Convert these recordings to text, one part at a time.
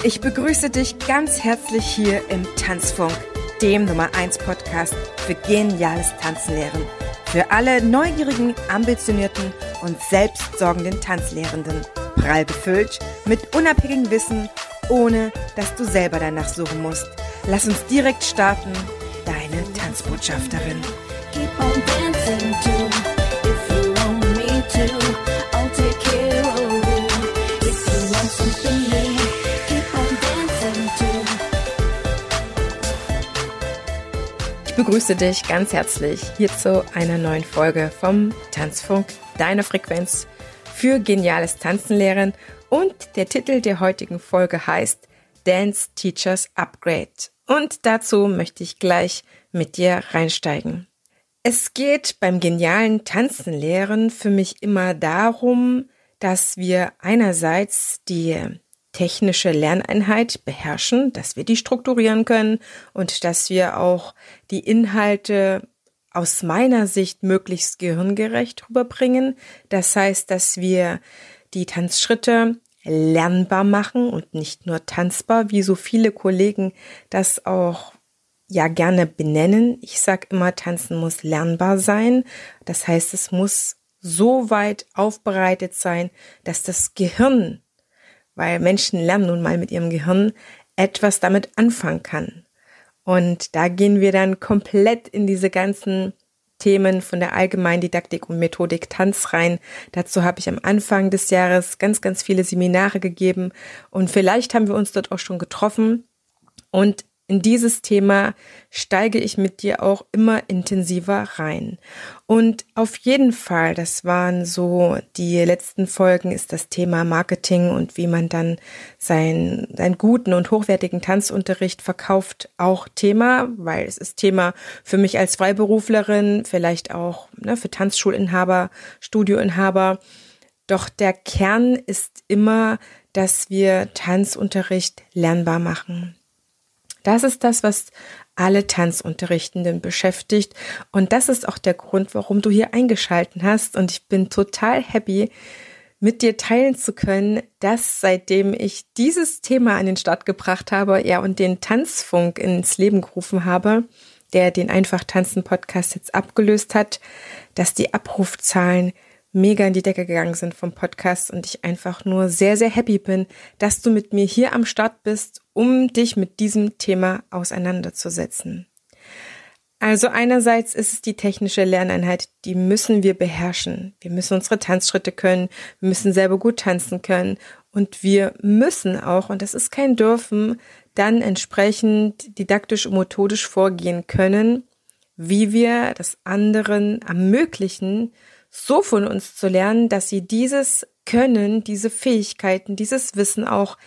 Ich begrüße dich ganz herzlich hier im Tanzfunk, dem Nummer 1 Podcast für geniales Tanzenlehren. Für alle neugierigen, ambitionierten und selbstsorgenden Tanzlehrenden. Prall befüllt mit unabhängigem Wissen, ohne dass du selber danach suchen musst. Lass uns direkt starten, deine Tanzbotschafterin. Keep on dancing too, if you want me to, I'll take care of you. If you want something new, keep on dancing too. Ich begrüße dich ganz herzlich hier zu einer neuen Folge vom Tanzfunk, deine Frequenz für geniales Tanzenlehren. Und der Titel der heutigen Folge heißt Dance Teachers Upgrade. Und dazu möchte ich gleich mit dir reinsteigen. Es geht beim genialen Tanzenlehren für mich immer darum, dass wir einerseits die technische Lerneinheit beherrschen, dass wir die strukturieren können und dass wir auch die Inhalte aus meiner Sicht möglichst gehirngerecht rüberbringen. Das heißt, dass wir die Tanzschritte lernbar machen und nicht nur tanzbar, wie so viele Kollegen das auch ja gerne benennen. Ich sage immer, Tanzen muss lernbar sein. Das heißt, es muss so weit aufbereitet sein, dass das Gehirn, weil Menschen lernen nun mal mit ihrem Gehirn, etwas damit anfangen kann. Und da gehen wir dann komplett in diese ganzen Themen von der Allgemeindidaktik und Methodik Tanz rein. Dazu habe ich am Anfang des Jahres ganz, ganz viele Seminare gegeben und vielleicht haben wir uns dort auch schon getroffen. Und in dieses Thema steige ich mit dir auch immer intensiver rein. Und auf jeden Fall, das waren so die letzten Folgen, ist das Thema Marketing und wie man dann seinen guten und hochwertigen Tanzunterricht verkauft auch Thema, weil es ist Thema für mich als Freiberuflerin, vielleicht auch für Tanzschulinhaber, Studioinhaber. Doch der Kern ist immer, dass wir Tanzunterricht lernbar machen. Das ist das, was alle Tanzunterrichtenden beschäftigt. Und das ist auch der Grund, warum du hier eingeschaltet hast. Und ich bin total happy, mit dir teilen zu können, dass seitdem ich dieses Thema an den Start gebracht habe, und den Tanzfunk ins Leben gerufen habe, der den Einfach-Tanzen-Podcast jetzt abgelöst hat, dass die Abrufzahlen mega in die Decke gegangen sind vom Podcast und ich einfach nur sehr, sehr happy bin, dass du mit mir hier am Start bist, um dich mit diesem Thema auseinanderzusetzen. Also einerseits ist es die technische Lerneinheit, die müssen wir beherrschen. Wir müssen unsere Tanzschritte können, wir müssen selber gut tanzen können und wir müssen auch, und das ist kein Dürfen, dann entsprechend didaktisch und methodisch vorgehen können, wie wir das anderen ermöglichen, so von uns zu lernen, dass sie dieses Können, diese Fähigkeiten, dieses Wissen auch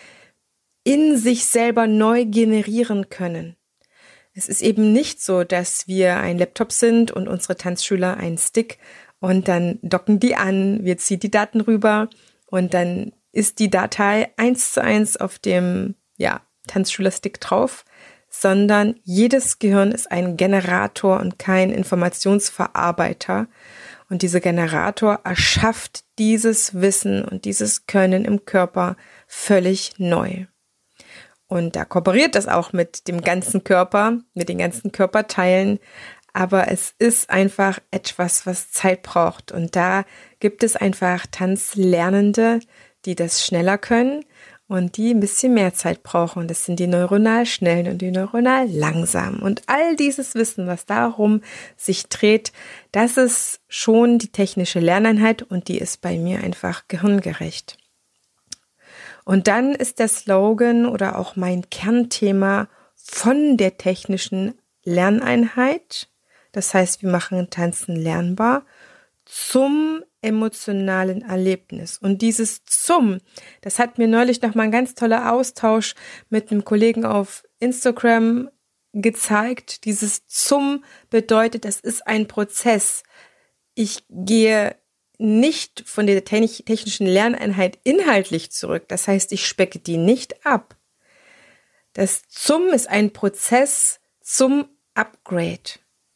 in sich selber neu generieren können. Es ist eben nicht so, dass wir ein Laptop sind und unsere Tanzschüler einen Stick und dann docken die an, wir ziehen die Daten rüber und dann ist die Datei 1:1 auf dem Tanzschülerstick drauf, sondern jedes Gehirn ist ein Generator und kein Informationsverarbeiter. Und dieser Generator erschafft dieses Wissen und dieses Können im Körper völlig neu. Und da kooperiert das auch mit dem ganzen Körper, mit den ganzen Körperteilen. Aber es ist einfach etwas, was Zeit braucht. Und da gibt es einfach Tanzlernende, die das schneller können und die ein bisschen mehr Zeit brauchen. Und das sind die neuronal schnellen und die neuronal langsamen. Und all dieses Wissen, was darum sich dreht, das ist schon die technische Lerneinheit und die ist bei mir einfach gehirngerecht. Und dann ist der Slogan oder auch mein Kernthema von der technischen Lerneinheit, das heißt, wir machen Tanzen lernbar, zum emotionalen Erlebnis. Und dieses das hat mir neulich noch mal ein ganz toller Austausch mit einem Kollegen auf Instagram gezeigt. Dieses bedeutet, das ist ein Prozess. Ich gehe nicht von der technischen Lerneinheit inhaltlich zurück. Das heißt, ich specke die nicht ab. Das ist ein Prozess zum Upgrade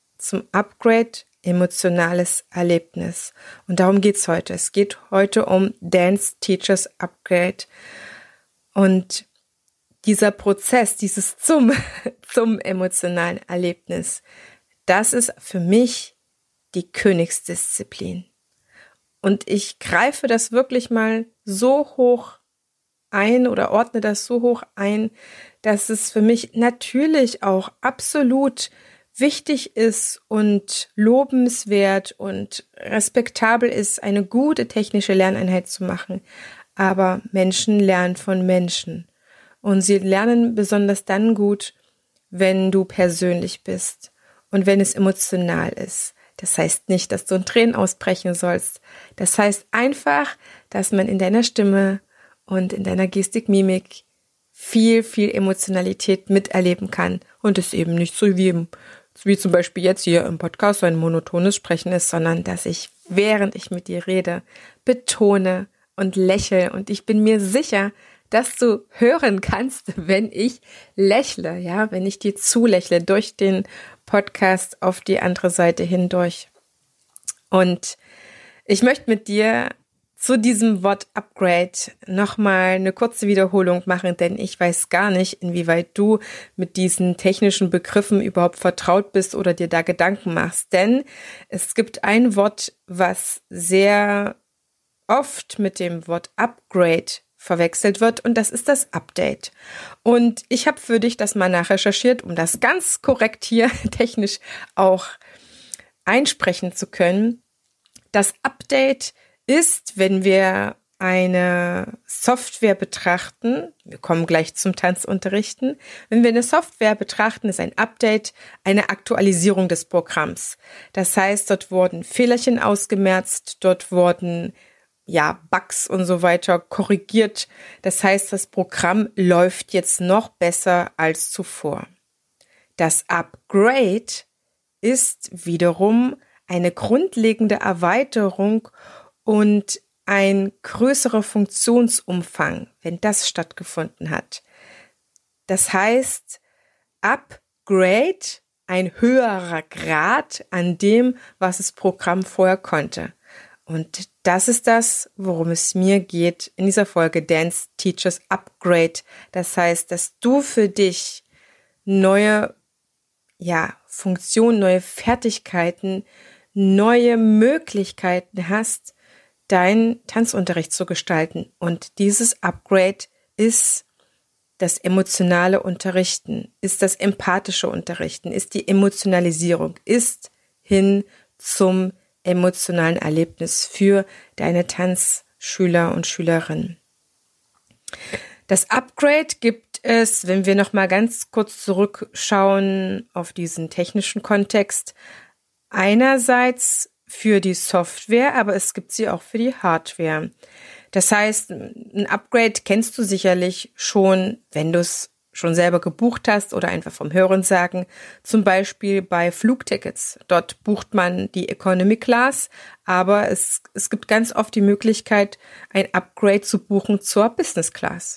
emotionales Erlebnis. Und darum geht's heute. Es geht heute um Dance Teachers Upgrade. Und dieser Prozess, dieses zum emotionalen Erlebnis, das ist für mich die Königsdisziplin. Und ich greife das wirklich mal so hoch ein oder ordne das so hoch ein, dass es für mich natürlich auch absolut wichtig ist und lobenswert und respektabel ist, eine gute technische Lerneinheit zu machen. Aber Menschen lernen von Menschen. Und sie lernen besonders dann gut, wenn du persönlich bist und wenn es emotional ist. Das heißt nicht, dass du in Tränen ausbrechen sollst. Das heißt einfach, dass man in deiner Stimme und in deiner Gestik, Mimik viel, viel Emotionalität miterleben kann und es eben nicht so wie zum Beispiel jetzt hier im Podcast so ein monotones Sprechen ist, sondern dass ich, während ich mit dir rede, betone und lächle und ich bin mir sicher, dass du hören kannst, wenn ich lächle, ja, wenn ich dir zulächle durch den Podcast auf die andere Seite hindurch. Und ich möchte mit dir zu diesem Wort Upgrade nochmal eine kurze Wiederholung machen, denn ich weiß gar nicht, inwieweit du mit diesen technischen Begriffen überhaupt vertraut bist oder dir da Gedanken machst. Denn es gibt ein Wort, was sehr oft mit dem Wort Upgrade verwechselt wird und das ist das Update. Und ich habe für dich das mal nachrecherchiert, um das ganz korrekt hier technisch auch einsprechen zu können. Das Update ist, wenn wir eine Software betrachten, wir kommen gleich zum Tanzunterrichten, wenn wir eine Software betrachten, ist ein Update eine Aktualisierung des Programms. Das heißt, dort wurden Fehlerchen ausgemerzt, dort wurden Bugs und so weiter korrigiert. Das heißt, das Programm läuft jetzt noch besser als zuvor. Das Upgrade ist wiederum eine grundlegende Erweiterung und ein größerer Funktionsumfang, wenn das stattgefunden hat. Das heißt, Upgrade, ein höherer Grad an dem, was das Programm vorher konnte. Und das ist das, worum es mir geht in dieser Folge Dance Teachers Upgrade. Das heißt, dass du für dich neue Funktionen, neue Fertigkeiten, neue Möglichkeiten hast, deinen Tanzunterricht zu gestalten. Und dieses Upgrade ist das emotionale Unterrichten, ist das empathische Unterrichten, ist die Emotionalisierung, ist hin zum emotionalen Erlebnis für deine Tanzschüler und Schülerinnen. Das Upgrade gibt es, wenn wir noch mal ganz kurz zurückschauen auf diesen technischen Kontext, einerseits für die Software, aber es gibt sie auch für die Hardware. Das heißt, ein Upgrade kennst du sicherlich schon, wenn du es schon selber gebucht hast oder einfach vom Hörensagen, zum Beispiel bei Flugtickets. Dort bucht man die Economy Class, aber es gibt ganz oft die Möglichkeit, ein Upgrade zu buchen zur Business Class.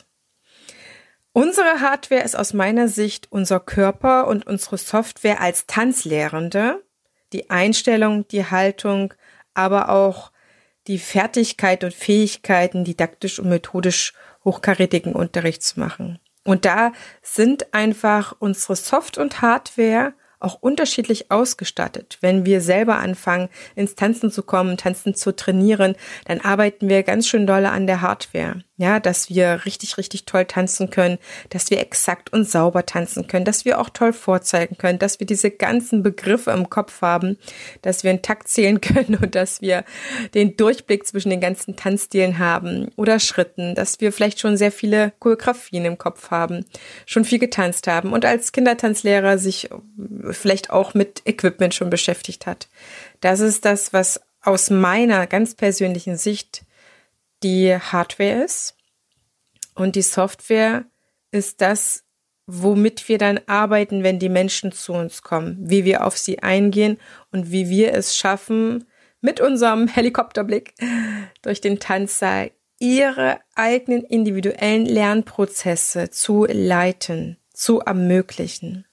Unsere Hardware ist aus meiner Sicht unser Körper und unsere Software als Tanzlehrende, die Einstellung, die Haltung, aber auch die Fertigkeit und Fähigkeiten, didaktisch und methodisch hochkarätigen Unterricht zu machen. Und da sind einfach unsere Soft- und Hardware auch unterschiedlich ausgestattet. Wenn wir selber anfangen, ins Tanzen zu kommen, Tanzen zu trainieren, dann arbeiten wir ganz schön doll an der Hardware. Ja, dass wir richtig, richtig toll tanzen können, dass wir exakt und sauber tanzen können, dass wir auch toll vorzeigen können, dass wir diese ganzen Begriffe im Kopf haben, dass wir einen Takt zählen können und dass wir den Durchblick zwischen den ganzen Tanzstilen haben oder Schritten, dass wir vielleicht schon sehr viele Choreografien im Kopf haben, schon viel getanzt haben und als Kindertanzlehrer sich vielleicht auch mit Equipment schon beschäftigt hat. Das ist das, was aus meiner ganz persönlichen Sicht die Hardware ist. Und die Software ist das, womit wir dann arbeiten, wenn die Menschen zu uns kommen, wie wir auf sie eingehen und wie wir es schaffen, mit unserem Helikopterblick durch den Tanzsaal ihre eigenen individuellen Lernprozesse zu leiten, zu ermöglichen.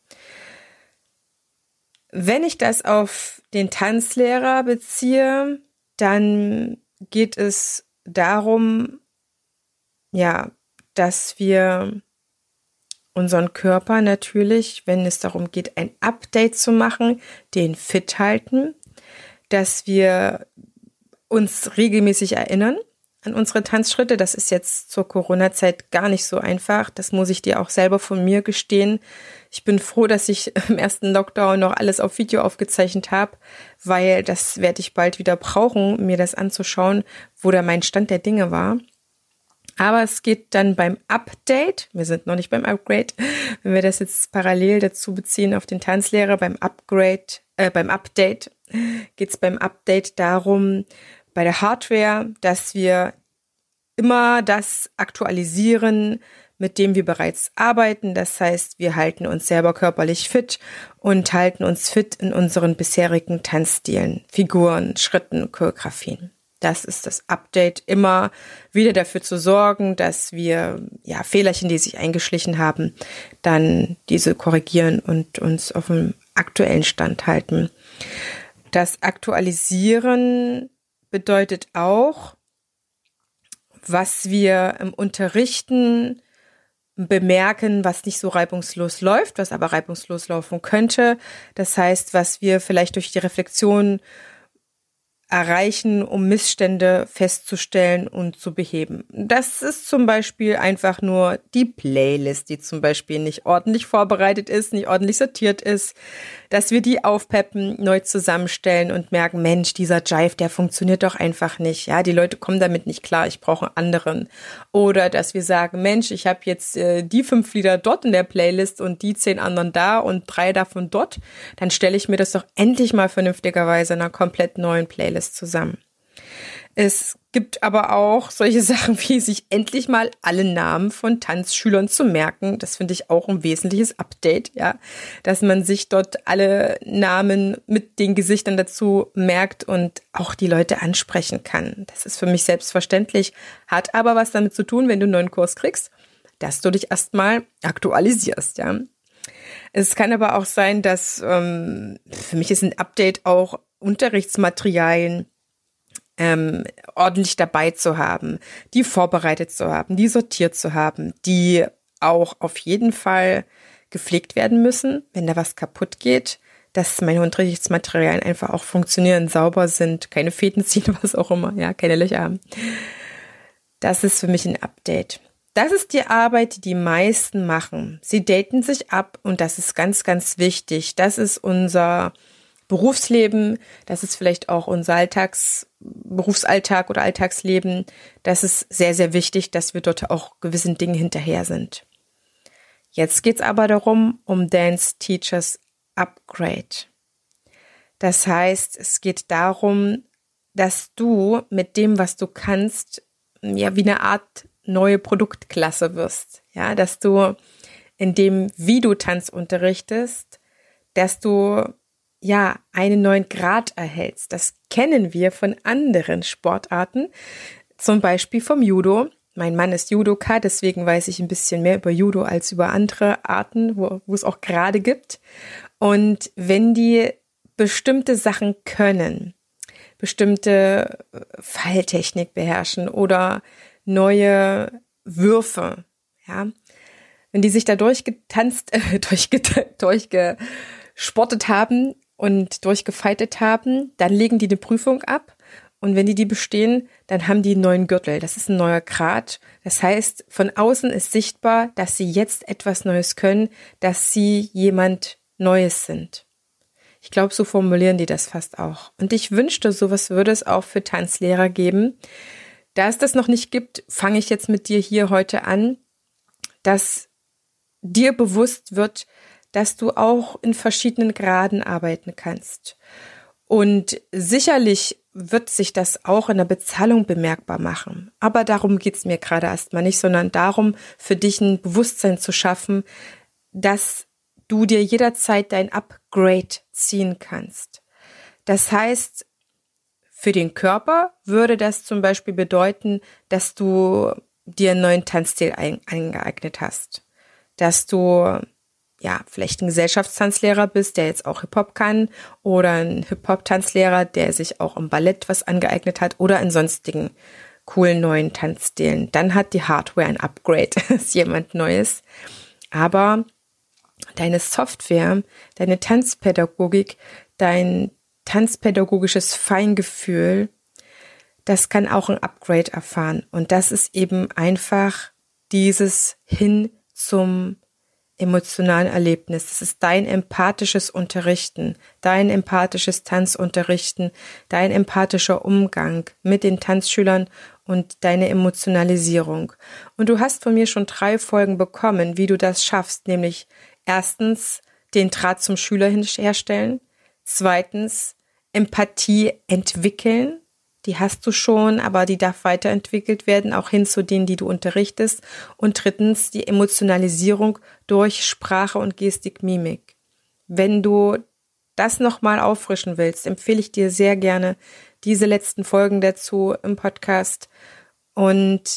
Wenn ich das auf den Tanzlehrer beziehe, dann geht es darum, dass wir unseren Körper natürlich, wenn es darum geht, ein Update zu machen, den fit halten, dass wir uns regelmäßig erinnern an unsere Tanzschritte. Das ist jetzt zur Corona-Zeit gar nicht so einfach. Das muss ich dir auch selber von mir gestehen. Ich bin froh, dass ich im ersten Lockdown noch alles auf Video aufgezeichnet habe, weil das werde ich bald wieder brauchen, mir das anzuschauen, wo da mein Stand der Dinge war. Aber es geht dann beim Update, wir sind noch nicht beim Upgrade, wenn wir das jetzt parallel dazu beziehen auf den Tanzlehrer, beim Update geht es beim Update darum, bei der Hardware, dass wir immer das aktualisieren, mit dem wir bereits arbeiten. Das heißt, wir halten uns selber körperlich fit und halten uns fit in unseren bisherigen Tanzstilen, Figuren, Schritten, Choreografien. Das ist das Update, immer wieder dafür zu sorgen, dass wir Fehlerchen, die sich eingeschlichen haben, dann diese korrigieren und uns auf dem aktuellen Stand halten. Das Aktualisieren bedeutet auch, was wir im Unterrichten bemerken, was nicht so reibungslos läuft, was aber reibungslos laufen könnte. Das heißt, was wir vielleicht durch die Reflexion erreichen, um Missstände festzustellen und zu beheben. Das ist zum Beispiel einfach nur die Playlist, die zum Beispiel nicht ordentlich vorbereitet ist, nicht ordentlich sortiert ist, dass wir die aufpeppen, neu zusammenstellen und merken, Mensch, dieser Jive, der funktioniert doch einfach nicht. Ja, die Leute kommen damit nicht klar, ich brauche einen anderen. Oder dass wir sagen, Mensch, ich habe jetzt die 5 Lieder dort in der Playlist und die 10 anderen da und 3 davon dort. Dann stelle ich mir das doch endlich mal vernünftigerweise in einer komplett neuen Playlist zusammen. Es gibt aber auch solche Sachen wie sich endlich mal alle Namen von Tanzschülern zu merken. Das finde ich auch ein wesentliches Update, ja, dass man sich dort alle Namen mit den Gesichtern dazu merkt und auch die Leute ansprechen kann. Das ist für mich selbstverständlich, hat aber was damit zu tun, wenn du einen neuen Kurs kriegst, dass du dich erstmal aktualisierst, ja. Es kann aber auch sein, dass für mich ist ein Update auch Unterrichtsmaterialien ordentlich dabei zu haben, die vorbereitet zu haben, die sortiert zu haben, die auch auf jeden Fall gepflegt werden müssen, wenn da was kaputt geht, dass meine Unterrichtsmaterialien einfach auch funktionieren, sauber sind, keine Fäden ziehen, was auch immer, ja, keine Löcher haben. Das ist für mich ein Update. Das ist die Arbeit, die die meisten machen. Sie daten sich ab und das ist ganz, ganz wichtig. Das ist unser Berufsleben, das ist vielleicht auch unser Berufsalltag oder Alltagsleben. Das ist sehr, sehr wichtig, dass wir dort auch gewissen Dingen hinterher sind. Jetzt geht's aber darum, um Dance Teachers Upgrade. Das heißt, es geht darum, dass du mit dem, was du kannst, ja, wie eine Art neue Produktklasse wirst. Ja, dass du in dem, wie du Tanz unterrichtest, dass du ja einen neuen Grad erhältst. Das kennen wir von anderen Sportarten, zum Beispiel vom Judo. Mein Mann ist Judoka, deswegen weiß ich ein bisschen mehr über Judo als über andere Arten, wo es auch Grade gibt. Und wenn die bestimmte Sachen können, bestimmte Falltechnik beherrschen oder neue Würfe, ja, wenn die sich da durchgesportet haben und durchgefeitet haben, dann legen die eine Prüfung ab und wenn die bestehen, dann haben die einen neuen Gürtel. Das ist ein neuer Grad. Das heißt, von außen ist sichtbar, dass sie jetzt etwas Neues können, dass sie jemand Neues sind. Ich glaube, so formulieren die das fast auch. Und ich wünschte, sowas würde es auch für Tanzlehrer geben. Da es das noch nicht gibt, fange ich jetzt mit dir hier heute an, dass dir bewusst wird, dass du auch in verschiedenen Graden arbeiten kannst. Und sicherlich wird sich das auch in der Bezahlung bemerkbar machen. Aber darum geht's mir gerade erstmal nicht, sondern darum, für dich ein Bewusstsein zu schaffen, dass du dir jederzeit dein Upgrade ziehen kannst. Das heißt, für den Körper würde das zum Beispiel bedeuten, dass du dir einen neuen Tanzstil eingeeignet hast. Dass du ja vielleicht ein Gesellschaftstanzlehrer bist, der jetzt auch Hip-Hop kann oder ein Hip-Hop-Tanzlehrer, der sich auch im Ballett was angeeignet hat oder in sonstigen coolen neuen Tanzstilen. Dann hat die Hardware ein Upgrade, ist jemand Neues. Aber deine Software, deine Tanzpädagogik, dein tanzpädagogisches Feingefühl, das kann auch ein Upgrade erfahren. Und das ist eben einfach dieses hin zum emotionalen Erlebnis. Das ist dein empathisches Unterrichten, dein empathisches Tanzunterrichten, dein empathischer Umgang mit den Tanzschülern und deine Emotionalisierung. Und du hast von mir schon 3 Folgen bekommen, wie du das schaffst, nämlich erstens den Draht zum Schüler herstellen, zweitens Empathie entwickeln, die hast du schon, aber die darf weiterentwickelt werden, auch hin zu denen, die du unterrichtest. Und drittens die Emotionalisierung durch Sprache und Gestik, Mimik. Wenn du das nochmal auffrischen willst, empfehle ich dir sehr gerne diese letzten Folgen dazu im Podcast. Und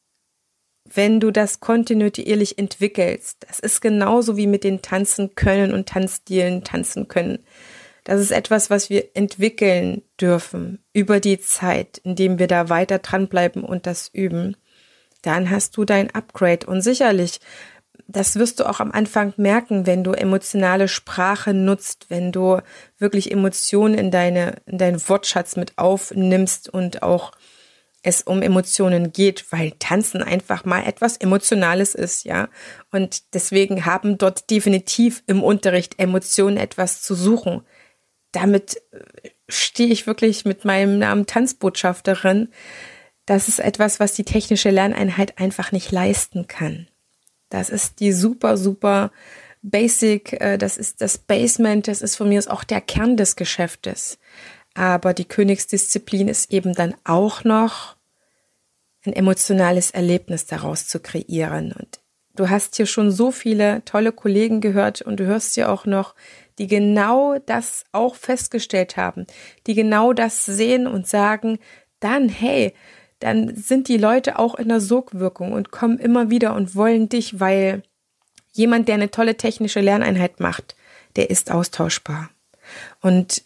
wenn du das kontinuierlich entwickelst, das ist genauso wie mit den Tanzen können und Tanzstilen tanzen können. Das ist etwas, was wir entwickeln dürfen über die Zeit, indem wir da weiter dranbleiben und das üben. Dann hast du dein Upgrade. Und sicherlich, das wirst du auch am Anfang merken, wenn du emotionale Sprache nutzt, wenn du wirklich Emotionen in deinen Wortschatz mit aufnimmst und auch es um Emotionen geht, weil Tanzen einfach mal etwas Emotionales ist, ja. Und deswegen haben dort definitiv im Unterricht Emotionen etwas zu suchen. Damit stehe ich wirklich mit meinem Namen Tanzbotschafterin. Das ist etwas, was die technische Lerneinheit einfach nicht leisten kann. Das ist die super, super Basic, das ist das Basement, das ist von mir aus auch der Kern des Geschäftes. Aber die Königsdisziplin ist eben dann auch noch ein emotionales Erlebnis daraus zu kreieren. Und du hast hier schon so viele tolle Kollegen gehört und du hörst ja auch noch, die genau das auch festgestellt haben, die genau das sehen und sagen, dann, hey, dann sind die Leute auch in der Sogwirkung und kommen immer wieder und wollen dich, weil jemand, der eine tolle technische Lerneinheit macht, der ist austauschbar. Und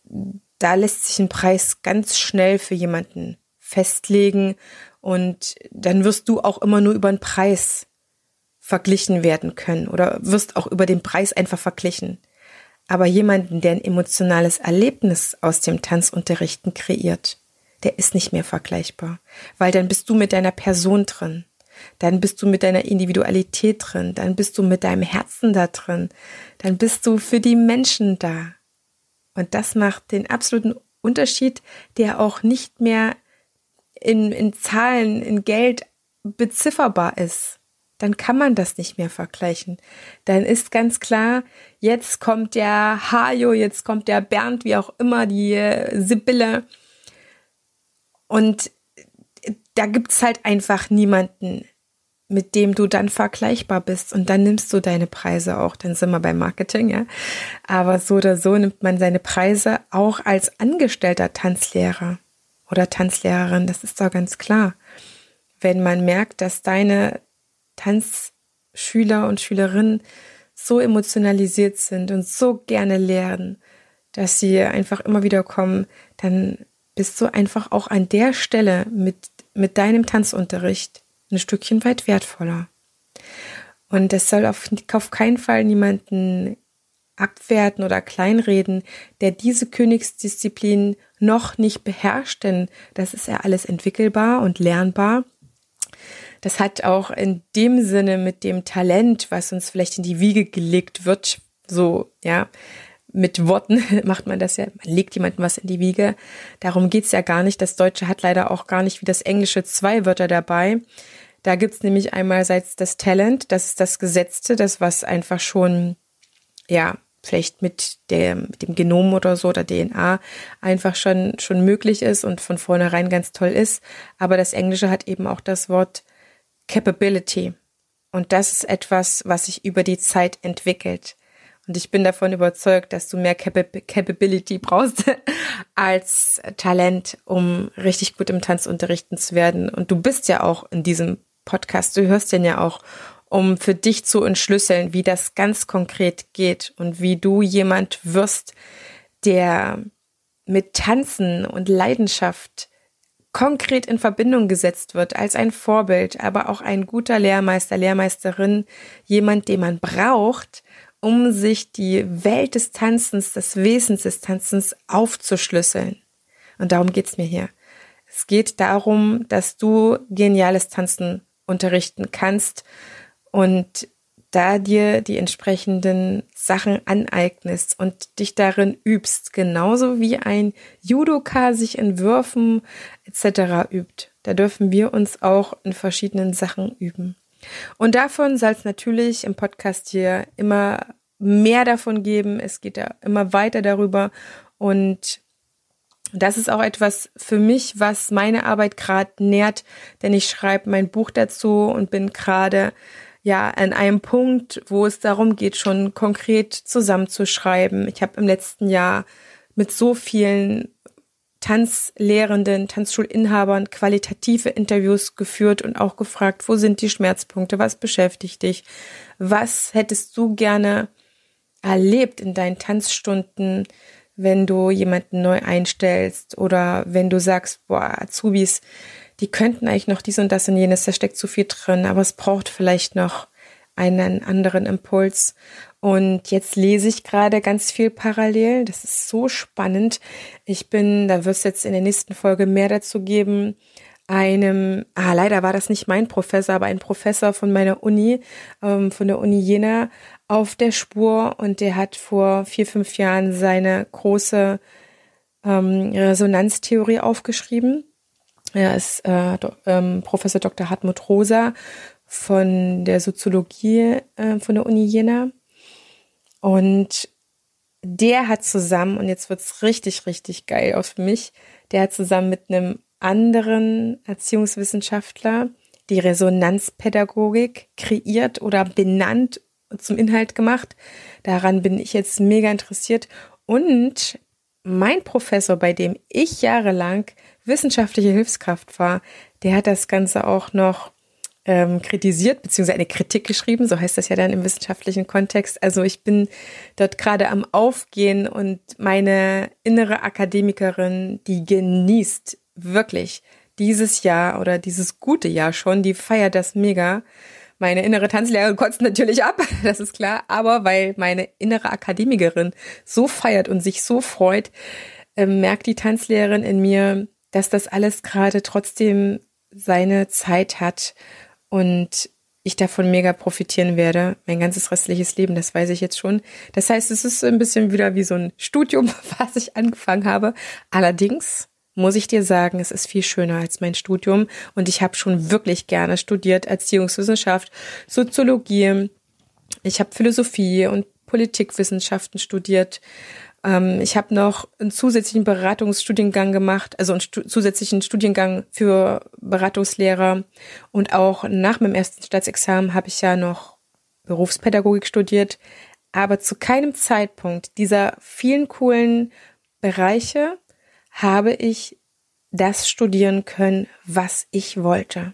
da lässt sich ein Preis ganz schnell für jemanden festlegen und dann wirst du auch immer nur über den Preis verglichen werden können oder wirst auch über den Preis einfach verglichen. Aber jemanden, der ein emotionales Erlebnis aus dem Tanzunterrichten kreiert, der ist nicht mehr vergleichbar, weil dann bist du mit deiner Person drin, dann bist du mit deiner Individualität drin, dann bist du mit deinem Herzen da drin, dann bist du für die Menschen da. Und das macht den absoluten Unterschied, der auch nicht mehr in Zahlen, in Geld bezifferbar ist. Dann kann man das nicht mehr vergleichen. Dann ist ganz klar, jetzt kommt der Hajo, jetzt kommt der Bernd, wie auch immer, die Sibylle. Und da gibt's halt einfach niemanden, mit dem du dann vergleichbar bist. Und dann nimmst du deine Preise auch. Dann sind wir beim Marketing, ja. Aber so oder so nimmt man seine Preise auch als angestellter Tanzlehrer oder Tanzlehrerin. Das ist doch ganz klar. Wenn man merkt, dass deine Tanzschüler und Schülerinnen so emotionalisiert sind und so gerne lernen, dass sie einfach immer wieder kommen, dann bist du einfach auch an der Stelle mit deinem Tanzunterricht ein Stückchen weit wertvoller. Und das soll auf keinen Fall niemanden abwerten oder kleinreden, der diese Königsdisziplin noch nicht beherrscht, denn das ist ja alles entwickelbar und lernbar. Das hat auch in dem Sinne mit dem Talent, was uns vielleicht in die Wiege gelegt wird, so, ja, mit Worten macht man das ja, man legt jemandem was in die Wiege. Darum geht's ja gar nicht. Das Deutsche hat leider auch gar nicht wie das Englische 2 Wörter dabei. Da gibt's nämlich einerseits das Talent, das ist das Gesetzte, das was einfach schon, ja, vielleicht mit dem Genom oder so oder DNA einfach schon möglich ist und von vornherein ganz toll ist. Aber das Englische hat eben auch das Wort Capability. Und das ist etwas, was sich über die Zeit entwickelt. Und ich bin davon überzeugt, dass du mehr Capability brauchst als Talent, um richtig gut im Tanzunterrichten zu werden. Und du bist ja auch in diesem Podcast, du hörst den ja auch, um für dich zu entschlüsseln, wie das ganz konkret geht und wie du jemand wirst, der mit Tanzen und Leidenschaft konkret in Verbindung gesetzt wird als ein Vorbild, aber auch ein guter Lehrmeister, Lehrmeisterin, jemand, den man braucht, um sich die Welt des Tanzens, des Wesens des Tanzens aufzuschlüsseln. Und darum geht's mir hier. Es geht darum, dass du geniales Tanzen unterrichten kannst und da dir die entsprechenden Sachen aneignest und dich darin übst, genauso wie ein Judoka sich in Würfen etc. übt. Da dürfen wir uns auch in verschiedenen Sachen üben. Und davon soll es natürlich im Podcast hier immer mehr davon geben. Es geht ja immer weiter darüber und das ist auch etwas für mich, was meine Arbeit gerade nährt, denn ich schreibe mein Buch dazu und bin gerade an einem Punkt, wo es darum geht, schon konkret zusammenzuschreiben. Ich habe im letzten Jahr mit so vielen Tanzlehrenden, Tanzschulinhabern qualitative Interviews geführt und auch gefragt, wo sind die Schmerzpunkte, was beschäftigt dich, was hättest du gerne erlebt in deinen Tanzstunden, wenn du jemanden neu einstellst oder wenn du sagst, Azubis, die könnten eigentlich noch dies und das und jenes, da steckt zu viel drin, aber es braucht vielleicht noch einen anderen Impuls. Und jetzt lese ich gerade ganz viel parallel, das ist so spannend. Da wird es jetzt in der nächsten Folge mehr dazu geben, leider war das nicht mein Professor, aber ein Professor von meiner Uni, von der Uni Jena, auf der Spur und der hat vor 4-5 Jahren seine große Resonanztheorie aufgeschrieben. Er ist Professor Dr. Hartmut Rosa von der Soziologie von der Uni Jena und der hat zusammen, und jetzt wird's richtig, richtig geil auch für mich, der hat zusammen mit einem anderen Erziehungswissenschaftler die Resonanzpädagogik kreiert oder benannt und zum Inhalt gemacht. Daran bin ich jetzt mega interessiert. Und mein Professor, bei dem ich jahrelang wissenschaftliche Hilfskraft war, der hat das Ganze auch noch kritisiert, beziehungsweise eine Kritik geschrieben, so heißt das ja dann im wissenschaftlichen Kontext. Also ich bin dort gerade am Aufgehen und meine innere Akademikerin, die genießt wirklich dieses Jahr oder dieses gute Jahr schon, die feiert das mega. Meine innere Tanzlehrerin kotzt natürlich ab, das ist klar, aber weil meine innere Akademikerin so feiert und sich so freut, merkt die Tanzlehrerin in mir, dass das alles gerade trotzdem seine Zeit hat und ich davon mega profitieren werde, mein ganzes restliches Leben, das weiß ich jetzt schon. Das heißt, es ist ein bisschen wieder wie so ein Studium, was ich angefangen habe. Allerdings muss ich dir sagen, es ist viel schöner als mein Studium und ich habe schon wirklich gerne studiert, Erziehungswissenschaft, Soziologie, ich habe Philosophie und Politikwissenschaften studiert. Ich habe noch einen zusätzlichen Beratungsstudiengang gemacht, also einen zusätzlichen Studiengang für Beratungslehrer und auch nach meinem ersten Staatsexamen habe ich ja noch Berufspädagogik studiert, aber zu keinem Zeitpunkt dieser vielen coolen Bereiche habe ich das studieren können, was ich wollte.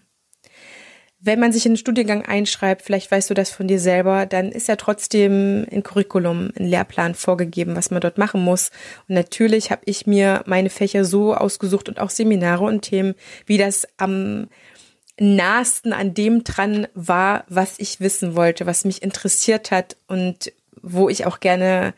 Wenn man sich in einen Studiengang einschreibt, vielleicht weißt du das von dir selber, dann ist ja trotzdem ein Curriculum, ein Lehrplan vorgegeben, was man dort machen muss. Und natürlich habe ich mir meine Fächer so ausgesucht und auch Seminare und Themen, wie das am nahesten an dem dran war, was ich wissen wollte, was mich interessiert hat und wo ich auch gerne,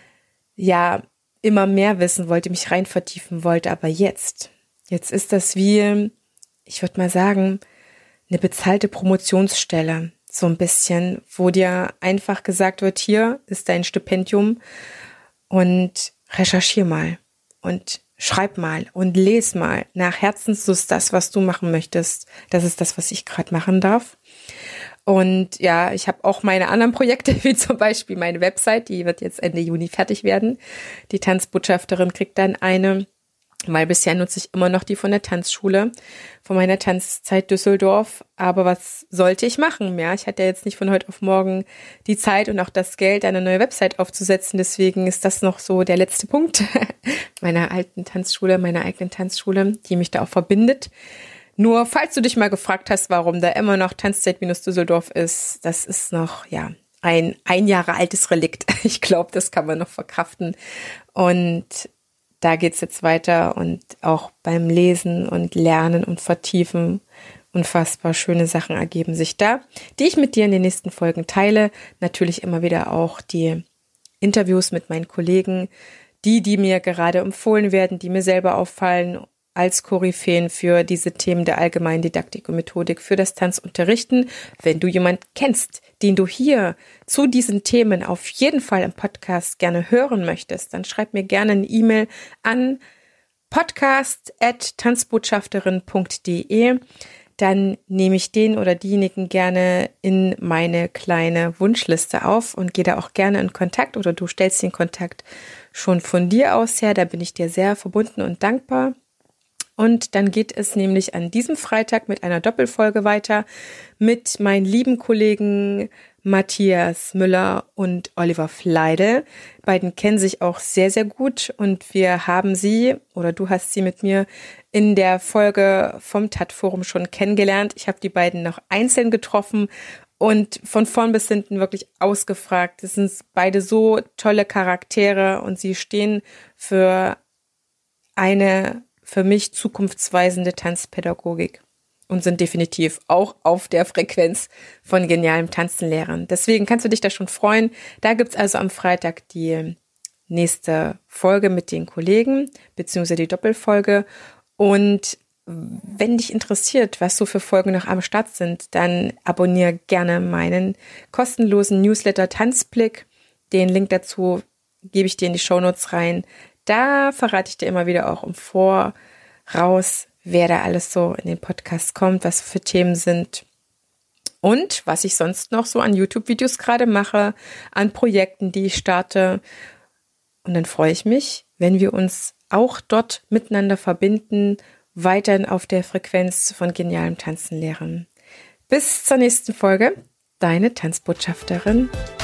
immer mehr wissen wollte, mich rein vertiefen wollte. Aber jetzt ist das wie, ich würde mal sagen, eine bezahlte Promotionsstelle, so ein bisschen, wo dir einfach gesagt wird, hier ist dein Stipendium und recherchier mal und schreib mal und les mal nach Herzenslust das, was du machen möchtest. Das ist das, was ich gerade machen darf. Und ja, ich habe auch meine anderen Projekte, wie zum Beispiel meine Website, die wird jetzt Ende Juni fertig werden. Die Tanzbotschafterin kriegt dann eine, weil bisher nutze ich immer noch die von der Tanzschule, von meiner Tanzzeit Düsseldorf. Aber was sollte ich machen? Ja, ich hatte ja jetzt nicht von heute auf morgen die Zeit und auch das Geld, eine neue Website aufzusetzen. Deswegen ist das noch so der letzte Punkt meiner alten Tanzschule, meiner eigenen Tanzschule, die mich da auch verbindet. Nur, falls du dich mal gefragt hast, warum da immer noch Tanzzeit-Düsseldorf ist, das ist noch, ein Jahre altes Relikt. Ich glaube, das kann man noch verkraften. Und da geht's jetzt weiter und auch beim Lesen und Lernen und Vertiefen unfassbar schöne Sachen ergeben sich da, die ich mit dir in den nächsten Folgen teile. Natürlich immer wieder auch die Interviews mit meinen Kollegen, die mir gerade empfohlen werden, die mir selber auffallen als Koryphäen für diese Themen der allgemeinen Didaktik und Methodik für das Tanzunterrichten. Wenn du jemanden kennst, den du hier zu diesen Themen auf jeden Fall im Podcast gerne hören möchtest, dann schreib mir gerne eine E-Mail an podcast@tanzbotschafterin.de. Dann nehme ich den oder diejenigen gerne in meine kleine Wunschliste auf und gehe da auch gerne in Kontakt oder du stellst den Kontakt schon von dir aus her. Da bin ich dir sehr verbunden und dankbar. Und dann geht es nämlich an diesem Freitag mit einer Doppelfolge weiter mit meinen lieben Kollegen Matthias Müller und Oliver Fleidel. Beiden kennen sich auch sehr, sehr gut und wir haben sie oder du hast sie mit mir in der Folge vom TAT-Forum schon kennengelernt. Ich habe die beiden noch einzeln getroffen und von vorn bis hinten wirklich ausgefragt. Es sind beide so tolle Charaktere und sie stehen für eine für mich zukunftsweisende Tanzpädagogik und sind definitiv auch auf der Frequenz von genialem Tanzenlehrern. Deswegen kannst du dich da schon freuen. Da gibt's also am Freitag die nächste Folge mit den Kollegen, beziehungsweise die Doppelfolge. Und wenn dich interessiert, was so für Folgen noch am Start sind, dann abonniere gerne meinen kostenlosen Newsletter Tanzblick. Den Link dazu gebe ich dir in die Shownotes rein. Da verrate ich dir immer wieder auch im Voraus, wer da alles so in den Podcast kommt, was für Themen sind und was ich sonst noch so an YouTube-Videos gerade mache, an Projekten, die ich starte. Und dann freue ich mich, wenn wir uns auch dort miteinander verbinden, weiterhin auf der Frequenz von genialem Tanzen lehren. Bis zur nächsten Folge, deine Tanzbotschafterin